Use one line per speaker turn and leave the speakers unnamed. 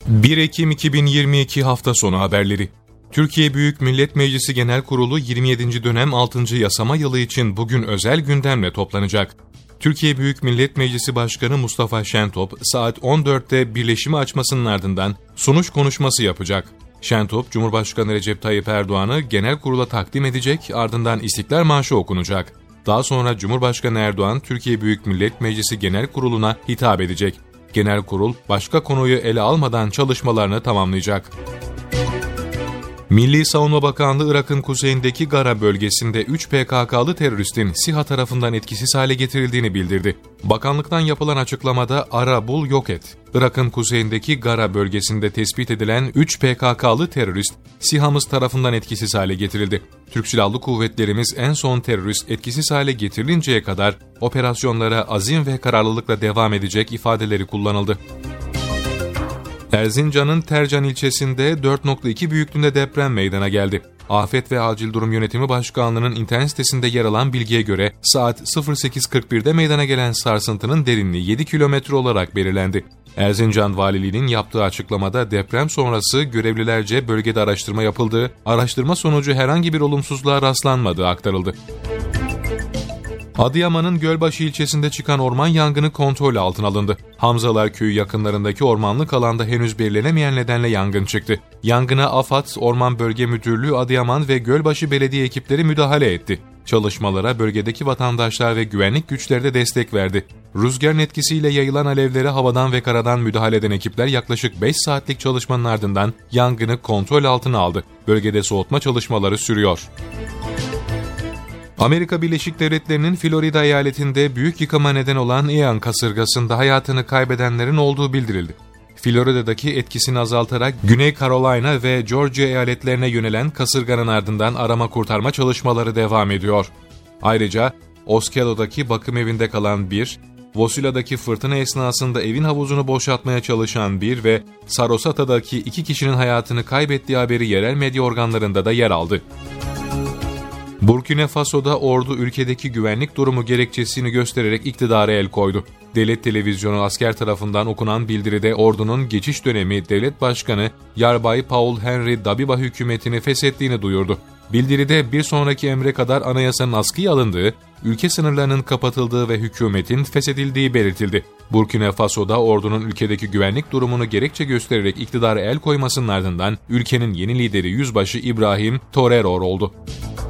1 Ekim 2022 hafta sonu haberleri. Türkiye Büyük Millet Meclisi Genel Kurulu 27. dönem 6. yasama yılı için bugün özel gündemle toplanacak. Türkiye Büyük Millet Meclisi Başkanı Mustafa Şentop saat 14'te birleşimi açmasının ardından sunuş konuşması yapacak. Şentop, Cumhurbaşkanı Recep Tayyip Erdoğan'ı genel kurula takdim edecek, ardından İstiklal Marşı okunacak. Daha sonra Cumhurbaşkanı Erdoğan, Türkiye Büyük Millet Meclisi Genel Kurulu'na hitap edecek. Genel kurul başka konuyu ele almadan çalışmalarını tamamlayacak. Milli Savunma Bakanlığı, Irak'ın kuzeyindeki Gara bölgesinde 3 PKK'lı teröristin SİHA tarafından etkisiz hale getirildiğini bildirdi. Bakanlıktan yapılan açıklamada "Ara, bul, yok et." Irak'ın kuzeyindeki Gara bölgesinde tespit edilen 3 PKK'lı terörist SİHA'mız tarafından etkisiz hale getirildi. Türk Silahlı Kuvvetlerimiz en son terörist etkisiz hale getirilinceye kadar operasyonlara azim ve kararlılıkla devam edecek ifadeleri kullanıldı. Erzincan'ın Tercan ilçesinde 4.2 büyüklüğünde deprem meydana geldi. Afet ve Acil Durum Yönetimi Başkanlığı'nın internet sitesinde yer alan bilgiye göre saat 08.41'de meydana gelen sarsıntının derinliği 7 kilometre olarak belirlendi. Erzincan Valiliği'nin yaptığı açıklamada deprem sonrası görevlilerce bölgede araştırma yapıldığı, araştırma sonucu herhangi bir olumsuzluğa rastlanmadığı aktarıldı. Adıyaman'ın Gölbaşı ilçesinde çıkan orman yangını kontrol altına alındı. Hamzalar Köyü yakınlarındaki ormanlık alanda henüz belirlenemeyen nedenle yangın çıktı. Yangına AFAD, Orman Bölge Müdürlüğü, Adıyaman ve Gölbaşı Belediye ekipleri müdahale etti. Çalışmalara bölgedeki vatandaşlar ve güvenlik güçleri de destek verdi. Rüzgarın etkisiyle yayılan alevlere havadan ve karadan müdahale eden ekipler yaklaşık 5 saatlik çalışmanın ardından yangını kontrol altına aldı. Bölgede soğutma çalışmaları sürüyor. Amerika Birleşik Devletleri'nin Florida eyaletinde büyük yıkıma neden olan Ian kasırgasında hayatını kaybedenlerin olduğu bildirildi. Florida'daki etkisini azaltarak Güney Carolina ve Georgia eyaletlerine yönelen kasırganın ardından arama kurtarma çalışmaları devam ediyor. Ayrıca Osceola'daki bakım evinde kalan bir, Wasila'daki fırtına esnasında evin havuzunu boşaltmaya çalışan bir ve Sarasota'daki 2 kişinin hayatını kaybettiği haberi yerel medya organlarında da yer aldı. Burkina Faso'da ordu ülkedeki güvenlik durumu gerekçesini göstererek iktidara el koydu. Devlet televizyonu asker tarafından okunan bildiride ordunun geçiş dönemi devlet başkanı Yarbay Paul Henry Dabiba hükümetini feshettiğini duyurdu. Bildiride bir sonraki emre kadar anayasanın askıya alındığı, ülke sınırlarının kapatıldığı ve hükümetin feshedildiği belirtildi. Burkina Faso'da ordunun ülkedeki güvenlik durumunu gerekçe göstererek iktidara el koymasının ardından ülkenin yeni lideri Yüzbaşı İbrahim Traoré oldu.